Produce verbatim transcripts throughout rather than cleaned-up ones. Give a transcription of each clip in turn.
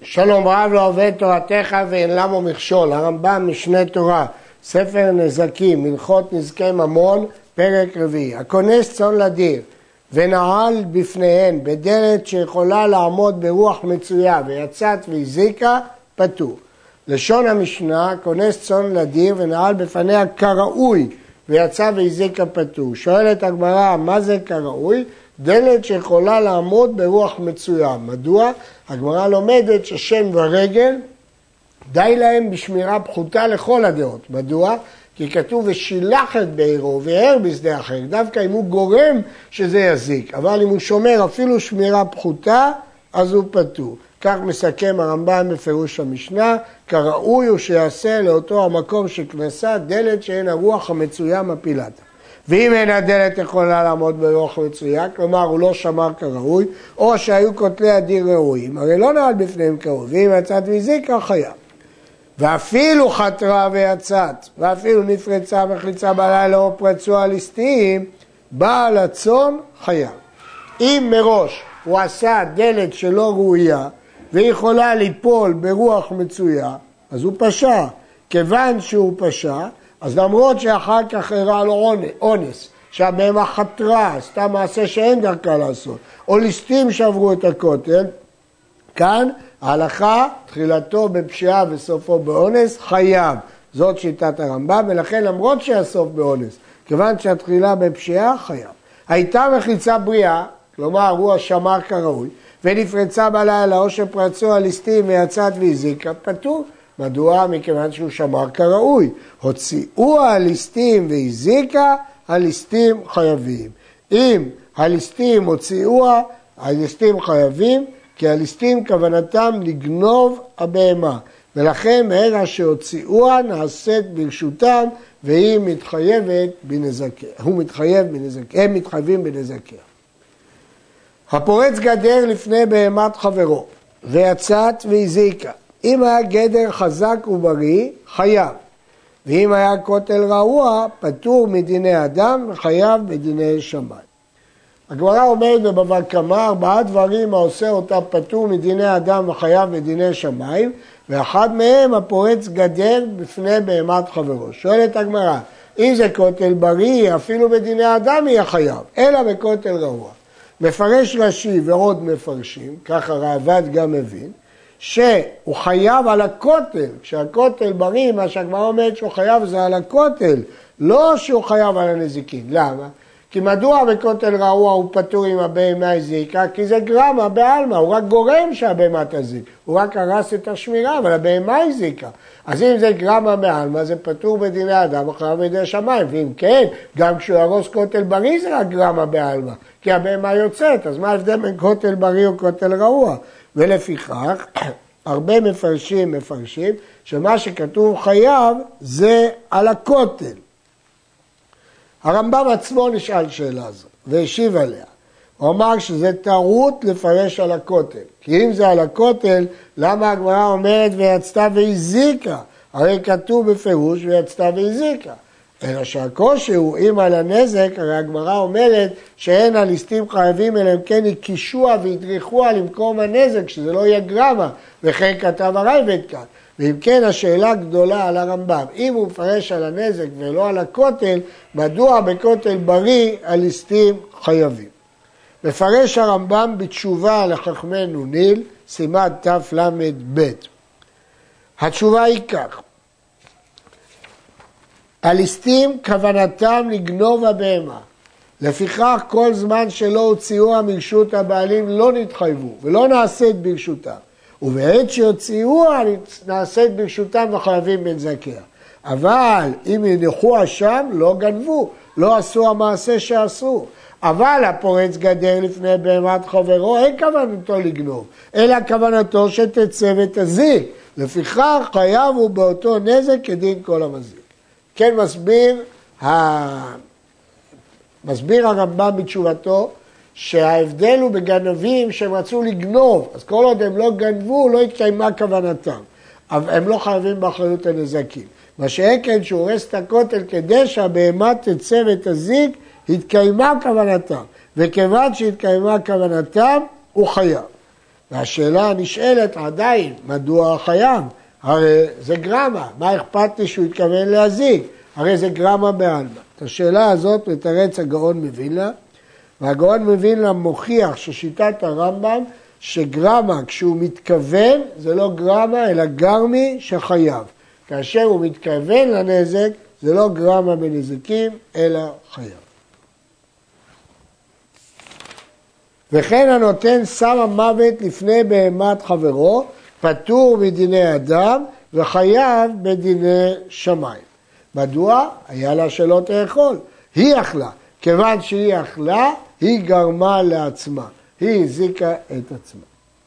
שלום רב לא עובד תורתך ואין למו מכשול. הרמב"ם משנה תורה, ספר נזקים, מלכות נזקי ממון, פרק רביעי. הכונס צאן לדיר ונעל בפניהן בדלת שיכולה לעמוד ברוח מצויה ויצאת והזיקה, פטור. לשון המשנה, כונס צאן לדיר ונעל בפניה כראוי ויצא והזיקה, פטור. שואלת הגמרא, מה זה כראוי? דלת שיכולה לעמוד ברוח מצויה. מדוע? הגמרא לומדת ששן ורגל די להם בשמירה פחותה לכל הדעות. מדוע? כי כתוב ושילח את בעירו והער בשדה אחר, דווקא אם הוא גורם שזה יזיק, אבל אם הוא שומר אפילו שמירה פחותה, אז הוא פטור. כך מסכם הרמב"ם בפירוש המשנה, כראוי הוא שיעשה לאותו המקום שכנסה דלת שאין הרוח המצויה מפילתה. ואם אין הדלת יכולה לעמוד ברוח מצויה, כלומר הוא לא שמר כראוי, או שהיו כותלי הדיר ראויים, הרי לא נעל בפניהם כראוי, ואם יצאת והזיקה חייב. ואפילו חתרה ויצאת, ואפילו נפרצה מחליצה בלילה או פרצו הליסטים, בעל הצאן חייב. אם מראש הוא עשה דלת שלא ראויה, והיא יכולה ליפול ברוח מצויה, אז הוא פשע. כיוון שהוא פשע, אז למרות שאחר כך הראה לו אונס, שהבהמה חתרה, עשתה מעשה שאין דרכה לעשות, או ליסטים שעברו את הכותל, כאן ההלכה, תחילתו בפשיעה וסופו באונס, חייב. זאת שיטת הרמב"ם, ולכן למרות שהסוף באונס, כיוון שהתחילה בפשיעה, חייב. הייתה מחיצה בריאה, כלומר הוא השמר כראוי, ונפרצה בלילה או שפרצו הליסטים ויצאת והזיקה, פטור. מדוע? מכיוון שהוא שמר כראוי. הוציאו הליסטים והזיקה, הליסטים חייבים. אם הליסטים הוציאוה, הליסטים חייבים, כי הליסטים כוונתם לגנוב הבהמה. ולכן מהרגע שהוציאוה נעשית ברשותם, והיא מתחייבת בנזקיה. הוא מתחייב בנזקיה. הם מתחייבים בנזקיה. הפורץ גדר לפני בהמת חברו, ויצאת והזיקה. אם היה גדר חזק ובריא, חייב. ואם היה כותל רעוע, פטור מדיני אדם וחייב בדיני שמיים. הגמרא אומרת בבבא קמא, ארבעה דברים העושה אותה פטור מדיני אדם וחייב בדיני שמיים, ואחד מהם הפורץ גדר בפני בהמת חברו. שואלת הגמרא, אם זה כותל בריא, אפילו בדיני אדם יהיה חייב, אלא בכותל רעוע. מפרש רש"י ועוד מפרשים, ככה ראב"ד גם מבין, שהוא חייב על הכותל, כשהכותל בריא, מה שהגמרא אומרת שהוא חייב זה על הכותל, לא שהוא חייב על הנזיקין. למה? כי מדוע בכותל רעוע הוא פטור עם הבהמה הזיקה? כי זה גרמה בעלמא, הוא רק גורם שהבהמה תזיק, הוא רק הרס את השמירה, אבל הבהמה הזיקה. אז אם זה גרמה בעלמא, זה פטור בדיני אדם וחייב בדיני שמיים, ואם כן, גם כשהוא ירוס כותל בריא זה רק גרמה בעלמא, כי הבהמה יוצאת, אז מה ההבדל בין כותל בריא או כותל רעוע? ולפיכך, הרבה מפרשים מפרשים שמה שכתוב חייב זה על הכותל. הרמב"ם עצמו נשאל שאלה זו והשיב עליה. הוא אמר שזה טעות לפרש על הכותל. כי אם זה על הכותל, למה הגמרא אומרת ויצתה והזיקה? הרי כתוב בפירוש ויצתה והזיקה. אלא שהקושי הוא אם על הנזק, הרי הגמרא אומרת שאין הליסטים חייבים אלא אם כן יקישוה וידריכוה למקום הנזק, שזה לא יהיה גרמה, וכן כתב הרייבד כאן. ואם כן השאלה גדולה על הרמב"ם, אם הוא מפרש על הנזק ולא על הכותל, מדוע בכותל בריא הליסטים חייבים? מפרש הרמב"ם בתשובה לחכמי נוניל, סימן תל"ב. התשובה היא כך, הליסטים כוונתם לגנוב הבהמה, לפיכך כל זמן שלא הוציאוה מרשות הבעלים לא נתחייבו ולא נעשית ברשותם, ובעת שהוציאוה נעשית ברשותם וחייבים בנזקיה. אבל אם ינחוה שם לא גנבו, לא עשו המעשה שעשו. אבל הפורץ גדר לפני בהמת חברו אין כוונתו לגנוב, אלא כוונתו שתצא ותזיק. לפיכך חייב הוא באותו נזק כדין כל המזיק. כן מסביר, ה... מסביר הרמב"ם בתשובתו שההבדל הוא בגנבים שהם רצו לגנוב, אז כל עוד הם לא גנבו לא התקיימה כוונתם, אבל הם לא חייבים באחריות הנזקים. מה שכן שהוא הורס את הכותל כדי שהבהמה תצא ותזיק, התקיימה כוונתם, וכיוון שהתקיימה כוונתם הוא חייב. והשאלה הנשאלת עדיין, מדוע חייב? הרי זה גרמה, מה אכפת לי שהוא התכוון להזיק? הרי זה גרמה בעלמא. את השאלה הזאת מתרץ הגאון מווילנה, והגאון מווילנה מוכיח ששיטת הרמב"ם, שגרמה כשהוא מתכוון זה לא גרמה אלא גרמי שחייב. כאשר הוא מתכוון לנזק זה לא גרמה בנזקים אלא חייב. וכן הנותן סם המוות לפני בהמת חברו, פטור מדיני אדם וחייב בדיני שמיים. מדוע? היה לה שלא תאכול. היא אכלה. כיוון שהיא אכלה, היא גרמה לעצמה. היא הזיקה את עצמה.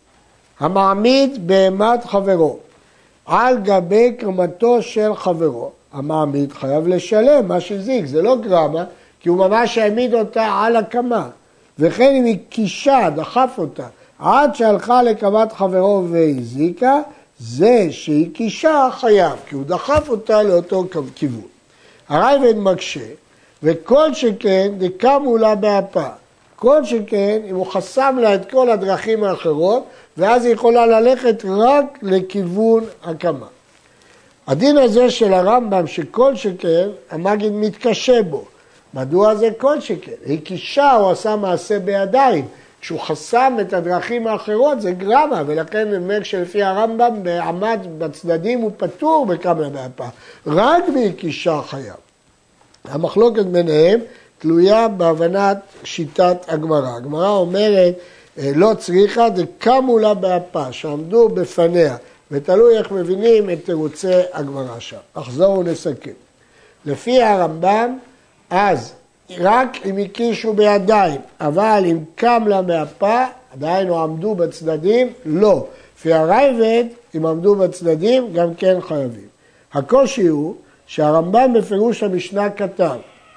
המעמיד בהמת חברו על גבי קרמתו של חברו. המעמיד חייב לשלם מה שהזיק. זה לא גרמה, כי הוא ממש העמיד אותה על הקמה. וכן אם היא קישה, דחף אותה, עד שהלכה לקמת חברו והזיקה, זה שהיא קישה חייב, כי הוא דחף אותה לאותו כיוון. הרייבד מקשה, וכל שכן דקמו לה באפה. כל שכן, אם הוא חסם לה את כל הדרכים האחרות, ואז היא יכולה ללכת רק לכיוון הקמה. הדין הזה של הרמב"ם, שכל שכן, המגיד מתקשה בו. מדוע זה כל שכן? היא קישה, הוא עשה מעשה בידיים. כשהוא חסם את הדרכים האחרות זה גרמה, ולכן נאמר שלפי הרמב"ם בעמד בצדדים הוא פטור בקמה באפה. רק בקישה חייב. המחלוקת ביניהם תלויה בהבנת שיטת הגמרא. הגמרא אומרת לא צריכה דקמו לה באפה, שעמדו בפניה, ותלוי איך מבינים את תירוצי הגמרא שם. אחזור ונסכם. לפי הרמב"ם, אז רק אם הקישו בידיים, אבל אם קם לה באפה, עדיין לא עמדו בצדדים, לא. לפי הרייבד, אם עמדו בצדדים, גם כן חייבים. הקושי הוא שהרמב"ם בפירוש המשנה כתב,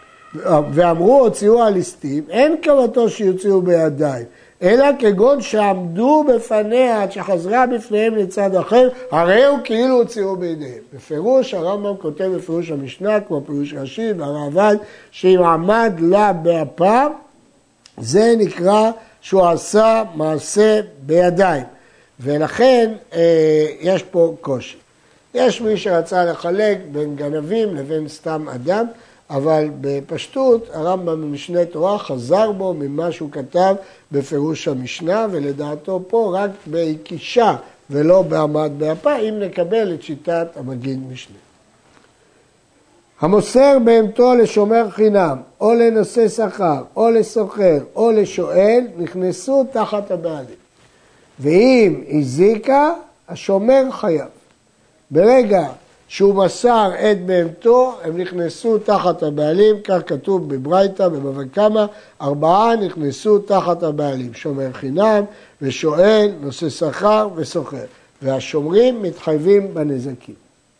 ואמרו הוציאו הליסטים, אין כוונתו שיוציאו בידיים, אלא כגון שעמדו בפניה עד שחזרה בפניהם לצד אחר, הרי הוא כאילו הוציאו בידיהם. בפירוש הרמב"ם כותב בפירוש המשנה, כמו פירוש רש"י והרעב"ד, שאם עמד לה באפה, זה נקרא שהוא עשה מעשה בידיים. ולכן אה, יש פה קושי. יש מי שרצה לחלק בין גנבים לבין סתם אדם, אבל בפשטות הרמב"ם במשנה תורה חזר בו ממה שהוא כתב בפירוש המשנה, ולדעתו פה רק בהקישה ולא בעמד באפה, אם נקבל את שיטת המגיד משנה. המוסר בהמתו לשומר חינם, או לנושא שכר, או לסוחר, או לשואל, נכנסו תחת הבעלים. ואם הזיקה, השומר חייב. ברגע שהוא מסר את בהמתו, הם נכנסו תחת הבעלים, כך כתוב בברייתא, בבבא קמא, ארבעה נכנסו תחת הבעלים, שומר חינם ושואל, נושא שכר וסוחר. והשומרים מתחייבים בנזקים.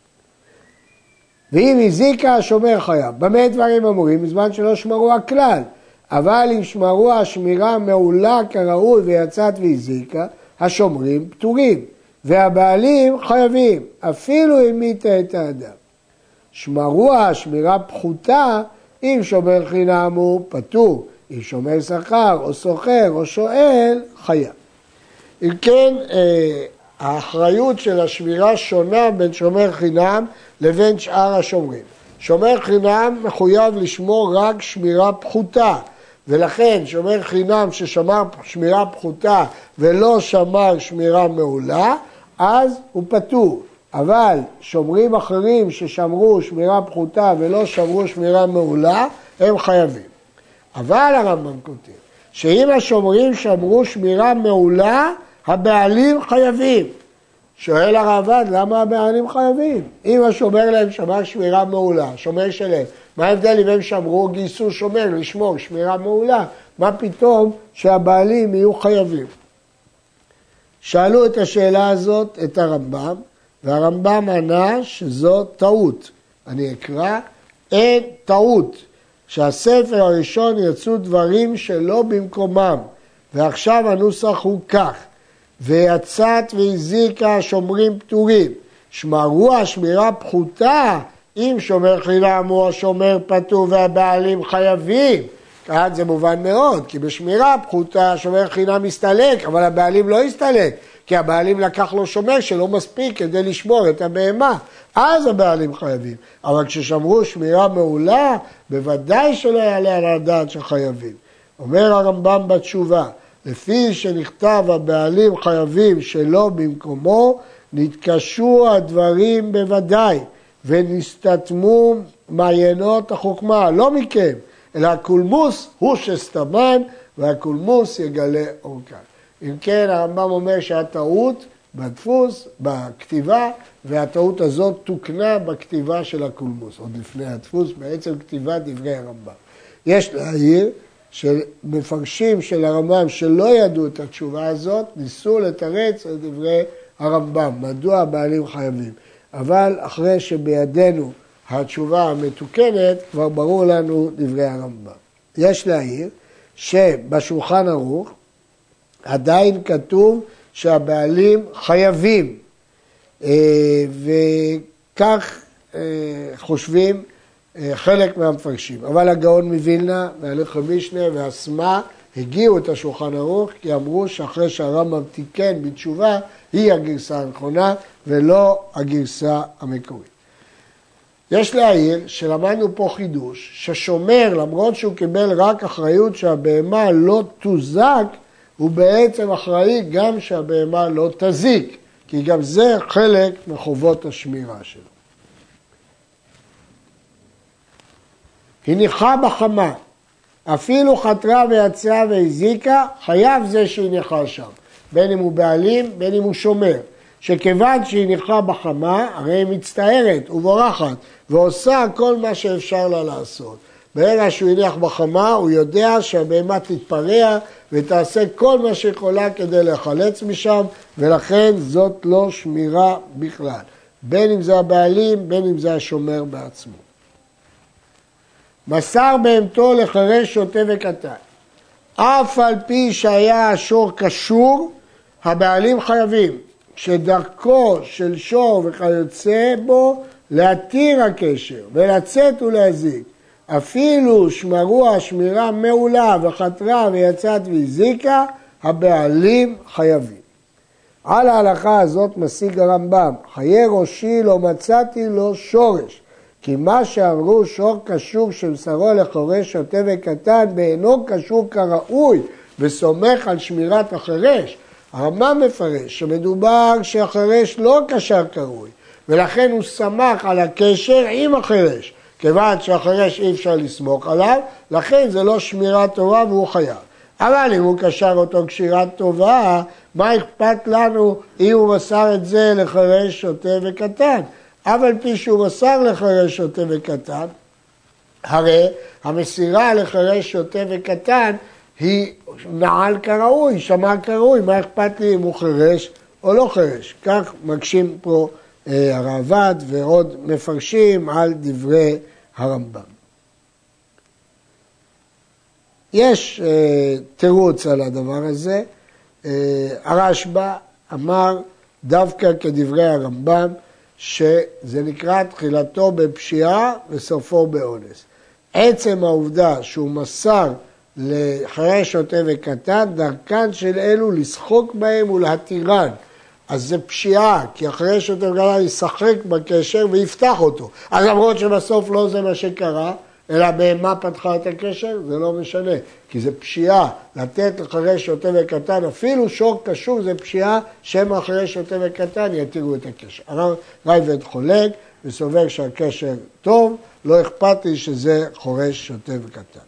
ואם הזיקה, השומר חייב. במה דברים אמורים? בזמן שלא שמרו הכלל. אבל אם שמרו השמירה מעולה כראוי ויצאת והזיקה, השומרים פטורים. והבעלים חייבים, אפילו אם מיתה את האדם. שמרוה, שמירה פחותה, אם שומר חינם הוא פטור, אם שומר שכר או סוחר או שואל, חייב. אם כן, האחריות של השמירה שונה בין שומר חינם לבין שאר השומרים. שומר חינם מחויב לשמור רק שמירה פחותה, ולכן שומר חינם ששמר שמירה פחותה ולא שמר שמירה מעולה, אז הוא פטור. אבל שומרים אחרים ששמרו שמירה פחותה ולא שמרו שמירה מעולה, הם חייבים. אבל הרמב"ם כותב, שאם השומרים שמרו שמירה מעולה, הבעלים חייבים. שואל הרעב"ד, למה הבעלים חייבים? אם השומר להם שמר שמירה מעולה, שומר שלהם, מה ההבדל אם הם שמרו, גייסו שומר לשמור שמירה מעולה? מה פתאום שהבעלים יהיו חייבים? שאלו את השאלה הזאת את הרמב"ם, והרמב"ם ענה שזו טעות. אני אקרא, אין טעות, שהספר הראשון יצאו דברים שלא במקומם, ועכשיו הנוסח הוא כך, ויצאת והזיקה השומרים פטורים, שמרו השמירה פחותה, אם שומר חינם הוא השומר פטור והבעלים חייבים, כאן זה מובן מאוד, כי בשמירה פחותה השומר חינם מסתלק, אבל הבעלים לא הסתלק, כי הבעלים לקח לו שומר שלא מספיק כדי לשמור את הבהמה, אז הבעלים חייבים. אבל כששמרו שמירה מעולה, בוודאי שלא יעלה על הדעת שחייבים. אומר הרמב"ם בתשובה, לפי שנכתב הבעלים חייבים שלא במקומו, נתקשו הדברים בוודאי, ונסתתמו מעיינות החוכמה, לא מכם, אלא הקולמוס הוא שסתמן, והקולמוס יגלה אורכן. אם כן, הרמב"ם אומר שהטעות בדפוס, בכתיבה, והטעות הזאת תוקנה בכתיבה של הקולמוס, עוד לפני הדפוס, בעצם כתיבת דברי הרמב"ם. יש להעיר שמפרשים של הרמב"ם שלא ידעו את התשובה הזאת, ניסו לתרץ את דברי הרמב"ם, מדוע הבעלים חייבים. אבל אחרי שבידינו התשובה המתוקנת, כבר ברור לנו דברי הרמב"ם. יש להעיר שבשולחן ערוך עדיין כתוב שהבעלים חייבים, וכך חושבים חלק מהמפרשים. אבל הגאון מווילנה וההלך המשנה והסמה הגיעו את השולחן ערוך, כי אמרו שאחרי שהרמב"ם תיקן בתשובה, היא הגרסה הנכונה ולא הגרסה המקורית. יש להעיר שלמדנו פה חידוש, ששומר, למרות שהוא קיבל רק אחריות שהבהמה לא תוזק, הוא בעצם אחראי גם שהבהמה לא תזיק, כי גם זה חלק מחובות השמירה שלו. הניחה בחמה, אפילו חתרה ויצאה והזיקה, חייב זה שהניחה שם, בין אם הוא בעלים, בין אם הוא שומר. שכיוון שהיא ניחה בחמה, הרי היא מצטערת ובורחת, ועושה כל מה שאפשר לה לעשות. ברגע שהוא הניח בחמה, הוא יודע שהבהמה תתפרע, ותעשה כל מה שיכולה כדי להחלץ משם, ולכן זאת לא שמירה בכלל. בין אם זה הבעלים, בין אם זה השומר בעצמו. מסר בהמתו לחרש שוטה וקטן. אף על פי שהיה השור קשור, הבעלים חייבים. שדרכו של שור וכיוצא בו להתיר הקשר ולצאת ולהזיק. אפילו שמרו השמירה מעולה וחתרה ויצאת והזיקה, הבעלים חייבים. על ההלכה הזאת משיג הרמב"ם, חיי ראשי לא מצאתי לו שורש, כי מה שאמרו שור קשור שמסרו לחורש שוטה וקטן באינו קשור כראוי וסומך על שמירת החרש, הרמב"ם מפרש שמדובר שהחרש לא קשר קרוי, ולכן הוא שמח על הקשר עם החרש. כיוון שהחרש אי אפשר לסמוך עליו, לכן זה לא שמירת טובה והוא חייב. אבל אם הוא קשר אותו קשירת טובה, מה אכפת לנו אם הוא מסר את זה לחרש שוטה וקטן? אבל פי שהוא מסר לחרש שוטה וקטן, הרי המסירה לחרש שוטה וקטן היא נעל כראוי, שמע כראוי, מה אכפת לי אם הוא חרש או לא חרש? כך מקשים פה אה, הרעב"ד ועוד מפרשים על דברי הרמב"ם. יש אה, תירוץ על הדבר הזה, אה, הרשב"א אמר דווקא כדברי הרמב"ם, שזה נקרא תחילתו בפשיעה וסופו באונס. עצם העובדה שהוא מסר לחרש שוטה וקטן, דרכן של אלו לשחוק בהם ולהתירן. אז זה פשיעה, כי החרש שוטה וקטן ישחק בקשר ויפתח אותו. אז למרות שבסוף לא זה מה שקרה, אלא בהמה פתחה את הקשר, זה לא משנה. כי זה פשיעה, לתת לחרש שוטה וקטן, אפילו שור קשור זה פשיעה, שם החרש שוטה וקטן יתירו את הקשר. הרב ראב"ד חולק וסובר שהקשר טוב, לא אכפת לי שזה חורש שוטה וקטן.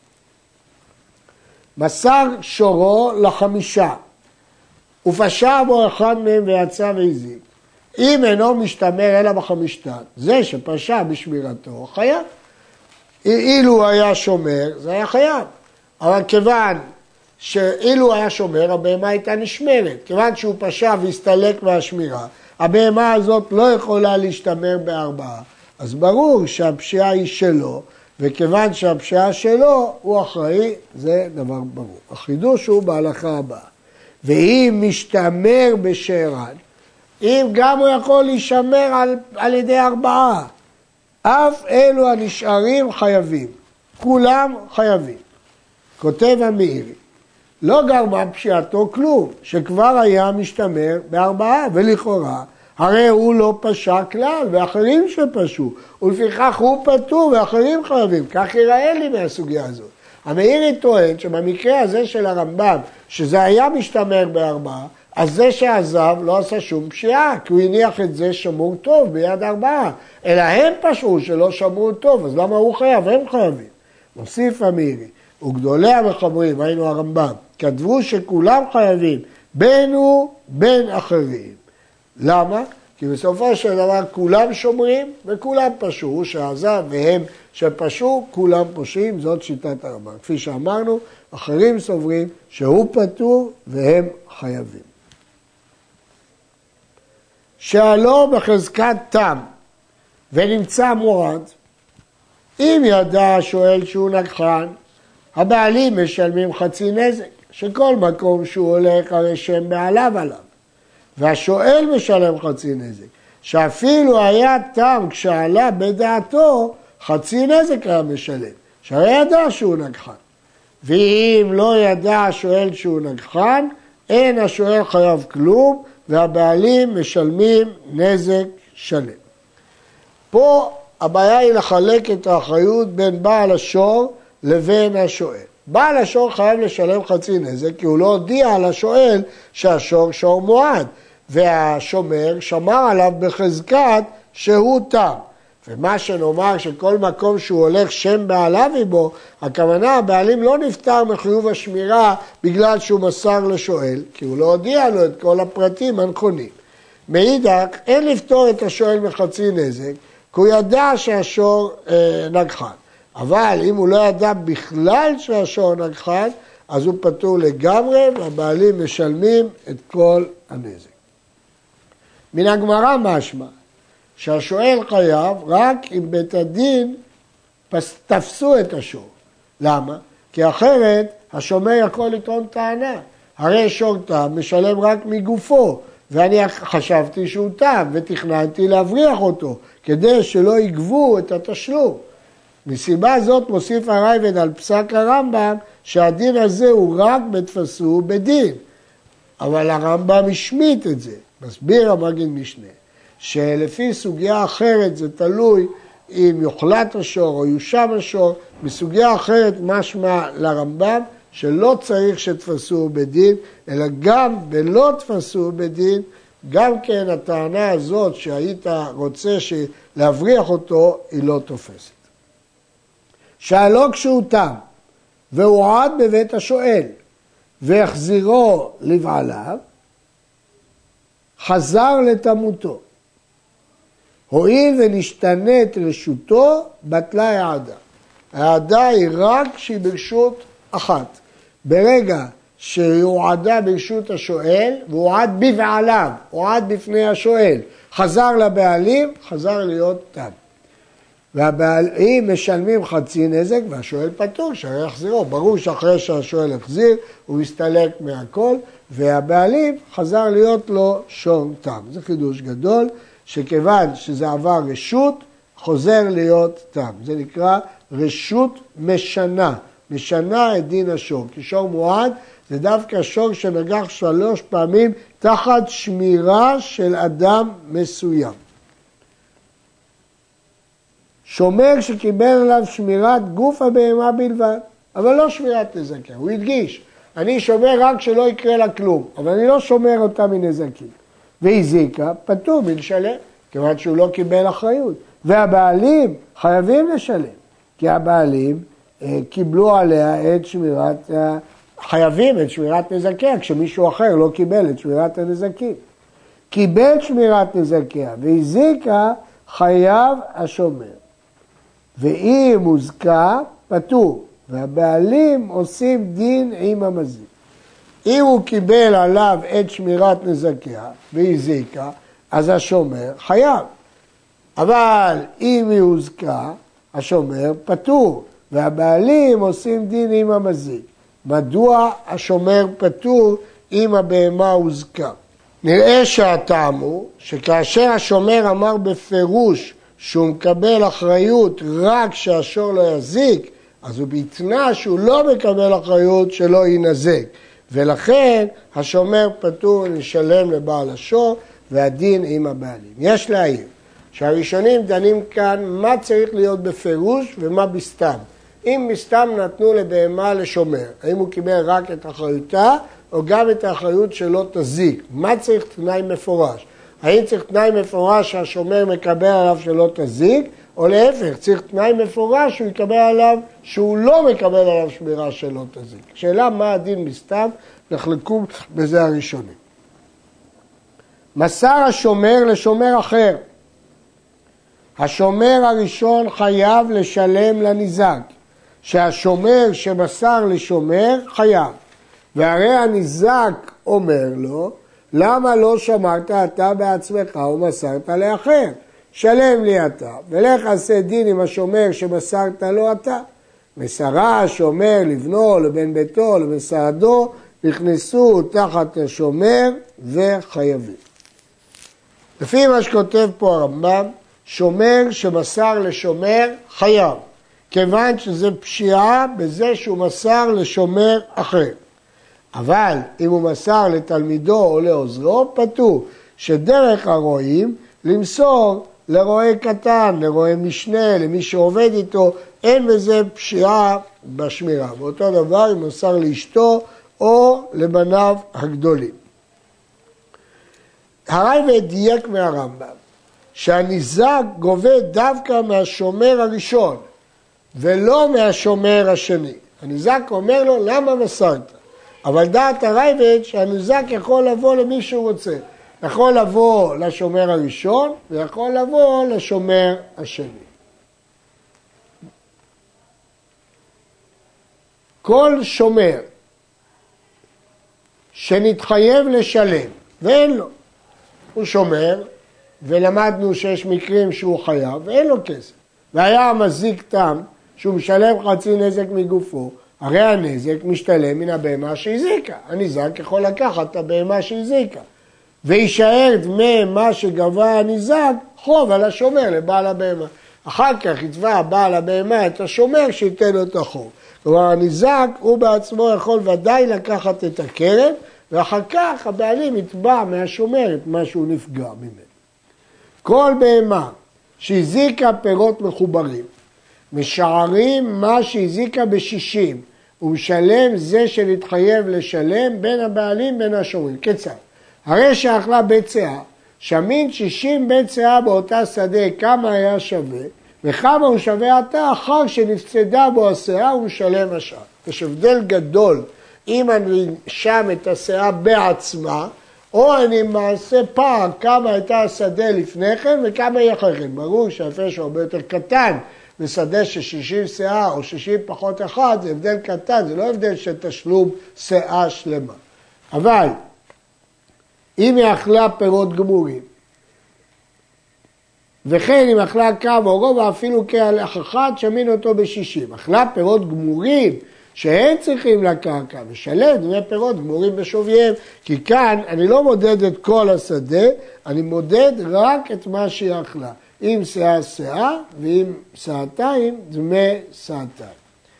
מסר שורו לחמישה, ופשע בו אחד מהם ויצא והזיק. אם אינו משתמר אלא בחמישתן, זה שפשע בשמירתו חייב. אילו היה שומר, זה היה חייב. אבל כיוון שאילו היה שומר, הבהמה הייתה נשמרת. כיוון שהוא פשע והסתלק מהשמירה, הבהמה הזאת לא יכולה להשתמר בארבעה. אז ברור שהפשיעה היא שלו, וכיוון שהפשיעה שלו הוא אחראי, זה דבר ברור. החידוש הוא בהלכה הבאה. ואם משתמר בשארן, אם גם הוא יכול להישמר על, על ידי ארבעה, אף אלו הנשארים חייבים. כולם חייבים. כותב המאירי, לא גרמה פשיעתו כלום, שכבר היה משתמר בארבעה, ולכאורה, הרי הוא לא פשע כלל, ואחרים שפשעו, ולפיכך הוא פטור ואחרים חייבים, כך ייראה לי מהסוגיה הזאת. המאירי טוען שבמקרה הזה של הרמב"ם, שזה היה משתמר בארבעה, אז זה שעזב לא עשה שום פשיעה, כי הוא הניח את זה שמור טוב ביד ארבעה, אלא הם פשעו שלא שמרו טוב, אז למה הוא חייב? הם חייבים. מוסיף המאירי, וגדולי המחברים, היינו הרמב"ם, כתבו שכולם חייבים, בין הוא בין אחרים. למה? כי בסופו של דבר כולם שומרים וכולם פשעו, הוא שעזב והם שפשעו, כולם פושעים, זאת שיטת הרמב"ם. כפי שאמרנו, אחרים סוברים שהוא פטור והם חייבים. שעלו בחזקת תם ונמצא מורד, אם ידע השואל שהוא נגחן, הבעלים משלמים חצי נזק, שכל מקום שהוא הולך הרי שם בעליו עליו. והשואל משלם חצי נזק, שאפילו היה תם כשעלה בדעתו, חצי נזק היה משלם, שהרי ידע שהוא נגחן. ואם לא ידע השואל שהוא נגחן, אין השואל חייב כלום, והבעלים משלמים נזק שלם. פה הבעיה היא לחלק את האחריות בין בעל השור לבין השואל. בעל השור חייב לשלם חצי נזק, כי הוא לא הודיע על השואל שהשור שור מועד, והשומר שמר עליו בחזקת שהוא תם. ומה שנאמר שכל מקום שהוא הולך שם בעליו עמו, הכוונה הבעלים לא נפטר מחיוב השמירה בגלל שהוא מסר לשואל, כי הוא לא הודיע לו את כל הפרטים הנכונים. מאידך, אין לפתור את השואל מחצי נזק, כי הוא ידע שהשור אה, נגחן. אבל אם הוא לא ידע בכלל שהשור נגחן, אז הוא פטור לגמרי, והבעלים משלמים את כל הנזק. מן הגמרא משמע, שהשואל חייב רק אם בית הדין תפסו את השור. למה? כי אחרת השומר יכול לטעון טענה. הרי שור תם משלם רק מגופו, ואני חשבתי שהוא תם ותכננתי להבריח אותו, כדי שלא יגבו את התשלום. מסיבה זאת מוסיף הרייבד על פסק הרמב"ם, שהדין הזה הוא רק בתפסו בדין. אבל הרמב"ם השמיט את זה. מסביר המגיד משנה, שלפי סוגיה אחרת זה תלוי אם יוחלט השור או יושם השור, בסוגיה אחרת משמע לרמב"ם שלא צריך שתפסו בדין, אלא גם בלא תפסו בדין, גם כן הטענה הזאת שהיית רוצה להבריח אותו, היא לא תופסת. שאלו כשהוא תם והועד בבית השואל והחזירו לבעליו, חזר לתמותו. הואיל ונשתנית רשותו, בטלה העדה. העדה היא רק שהיא ברשות אחת. ברגע שהועדה ברשות השואל, והועד בבעליו, הועד בפני השואל, חזר לבעלים, חזר להיות תם. והבעלים משלמים חצי נזק, והשואל פטור, שהרי יחזירו. ברור שאחרי שהשואל החזיר, הוא מסתלק מהכל, והבעלים חזר להיות לו שור תם. זה חידוש גדול, שכיוון שזה עבר רשות, חוזר להיות תם. זה נקרא רשות משנה, משנה את דין השור. כי שור מועד זה דווקא שור שנגח שלוש פעמים תחת שמירה של אדם מסוים. שומר שקיבל עליו שמירת גוף הבהמה בלבד, אבל לא שמירת נזקים. הוא הדגיש, אני שומר רק שלא יקרה לה כלום, אבל אני לא שומר אותה מנזקים. והזיקה, פטור מלשלם, כיוון שהוא לא קיבל אחריות. והבעלים חייבים לשלם, כי הבעלים אה, קיבלו עליה את שמירת, אה, חייבים את שמירת נזקיה, כשמישהו אחר לא קיבל את שמירת הנזקים. קיבל שמירת נזקיה והזיקה, חייב השומר. ואם הוזכה, פטור, והבעלים עושים דין עם המזיק. אם הוא קיבל עליו את שמירת נזקיה והזיקה, אז השומר חייב. אבל אם היא הוזכה, השומר פטור, והבעלים עושים דין עם המזיק. מדוע השומר פטור אם הבהמה הוזכה? נראה שהטעם הוא שכאשר השומר אמר בפירוש שהוא מקבל אחריות רק שהשור לא יזיק, אז הוא בהתנה שהוא לא מקבל אחריות שלא ינזק. ולכן השומר פטור לשלם לבעל השור והדין עם הבעלים. יש להעיר שהראשונים דנים כאן מה צריך להיות בפירוש ומה בסתם. אם בסתם נתנו לבהמה לשומר, האם הוא קיבל רק את אחריותה או גם את האחריות שלא תזיק? מה צריך תנאי מפורש? האם צריך תנאי מפורש שהשומר מקבל עליו שלא תזיק, או להפך, צריך תנאי מפורש שהוא יקבל עליו שהוא לא מקבל עליו שמירה שלא תזיק. שאלה מה הדין בסתם, נחלקו בזה הראשונים. מסר השומר לשומר אחר. השומר הראשון חייב לשלם לניזק, שהשומר שמסר לשומר חייב. והרי הניזק אומר לו, למה לא שמרת אתה בעצמך ומסרת לאחר? שלם לי אתה, ולך עשה דין עם השומר שמסרת לו אתה. מסרה השומר לבנו, לבן ביתו, למסעדו, נכנסו תחת השומר וחייבים. לפי מה שכותב פה הרמב"ם, שומר שמסר לשומר חייב, כיוון שזה פשיעה בזה שהוא מסר לשומר אחר. אבל אם הוא מסר לתלמידו או לעוזרו, פטור שדרך הרועים למסור לרועה קטן, לרועה משנה, למי שעובד איתו, אין בזה פשיעה בשמירה. באותו דבר אם מסר לאשתו או לבניו הגדולים. הרייבד דייק מהרמב"ם שהניזק גובה דווקא מהשומר הראשון ולא מהשומר השני. הניזק אומר לו למה מסרת? אבל דעת הרייבד שהניזק יכול לבוא למי שהוא רוצה. יכול לבוא לשומר הראשון ויכול לבוא לשומר השני. כל שומר שנתחייב לשלם ואין לו, הוא שומר ולמדנו שיש מקרים שהוא חייב ואין לו כסף. והיה מזיק תם שהוא משלם חצי נזק מגופו, הרי הנזק משתלם מן הבהמה שהזיקה. הניזק יכול לקחת את הבהמה שהזיקה. וישאר דמי מה שגבה הניזק חוב על השומר לבעל הבהמה. אחר כך יתבע בעל הבהמה את השומר שייתן לו את החוב. כלומר הניזק הוא בעצמו יכול ודאי לקחת את הכרם, ואחר כך הבעלים יתבע מהשומר את מה שהוא נפגע ממנו. כל בהמה שהזיקה פירות מחוברים, משערים מה שהזיקה בשישים, ומשלם זה שנתחייב לשלם בין הבעלים בין השומרים. כיצד? הרי שאכלה בית שאה, שמין שישים בית שאה באותה שדה, כמה היה שווה, וכמה הוא שווה עתה אחר שנפצדה בו השאה ומשלם השאר. יש הבדל גדול אם אני שם את השאה בעצמה, או אני מעשה פעם כמה הייתה השדה לפני כן וכמה היא אחרי כן. ברור שההפרש הוא הרבה יותר קטן, בשדה של שישים שאה או שישים פחות אחד, זה הבדל קטן, זה לא הבדל של תשלום שאה שלמה. אבל אם היא אכלה פירות גמורים, וכן אם אכלה כמה או רוב, אפילו כהלך אחד, שמין אותו בשישים. אכלה פירות גמורים שהם צריכים לקרקע, ושלם דמי פירות גמורים בשוויהם, כי כאן אני לא מודד את כל השדה, אני מודד רק את מה שהיא אכלה. אם שאה שאה, ואם שעתיים, דמי שעתיים.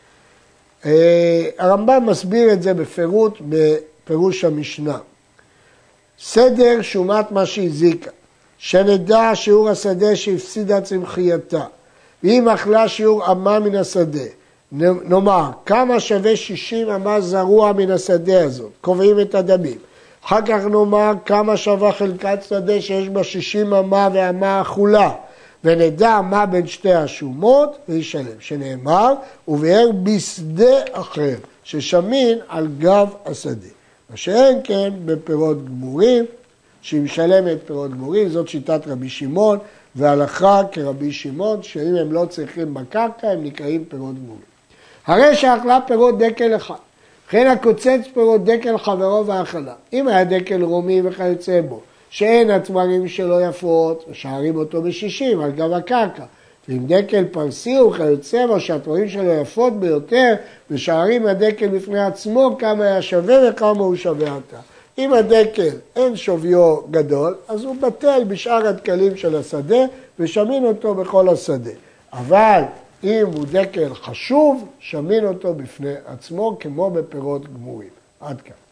הרמב"ם מסביר את זה בפירוט בפירוש המשנה. סדר שומת מה שהזיקה, שנדע שיעור השדה שהפסידה צמחייתה, ואם אכלה שיעור אמה מן השדה, נאמר, כמה שווה שישים אמה זרוע מן השדה הזאת, קובעים את הדמים. אחר כך נאמר, כמה שווה חלקת שדה שיש בה שישים אמה ואמה אכולה, ונדע מה בין שתי השומות וישלם. שנאמר, וביאר בשדה אחר, ששמין על גב השדה. מה שאין כן בפירות גמורים, שהיא משלמת פירות גמורים, זאת שיטת רבי שמעון, והלכה כרבי שמעון, שאם הם לא צריכים בקרקע, הם נקראים פירות גמורים. הרי שאכלה פירות דקל אחד, לכן הקוצץ פירות דקל חברו והאכלה. אם היה דקל רומי וכיוצא בו, שאין התמרים שלו יפות, שערים אותו בשישים על גב הקרקע. ואם דקל פרסי וכיוצא בו, שהתמרים שלו יפות ביותר, ושערים הדקל בפני עצמו, כמה היה שווה וכמה הוא שווה עתה. אם הדקל אין שוויו גדול, אז הוא בטל בשאר הדקלים של השדה, ושמין אותו בכל השדה. אבל אם הוא דקל חשוב, שמין אותו בפני עצמו, כמו בפירות גמורים. עד כאן.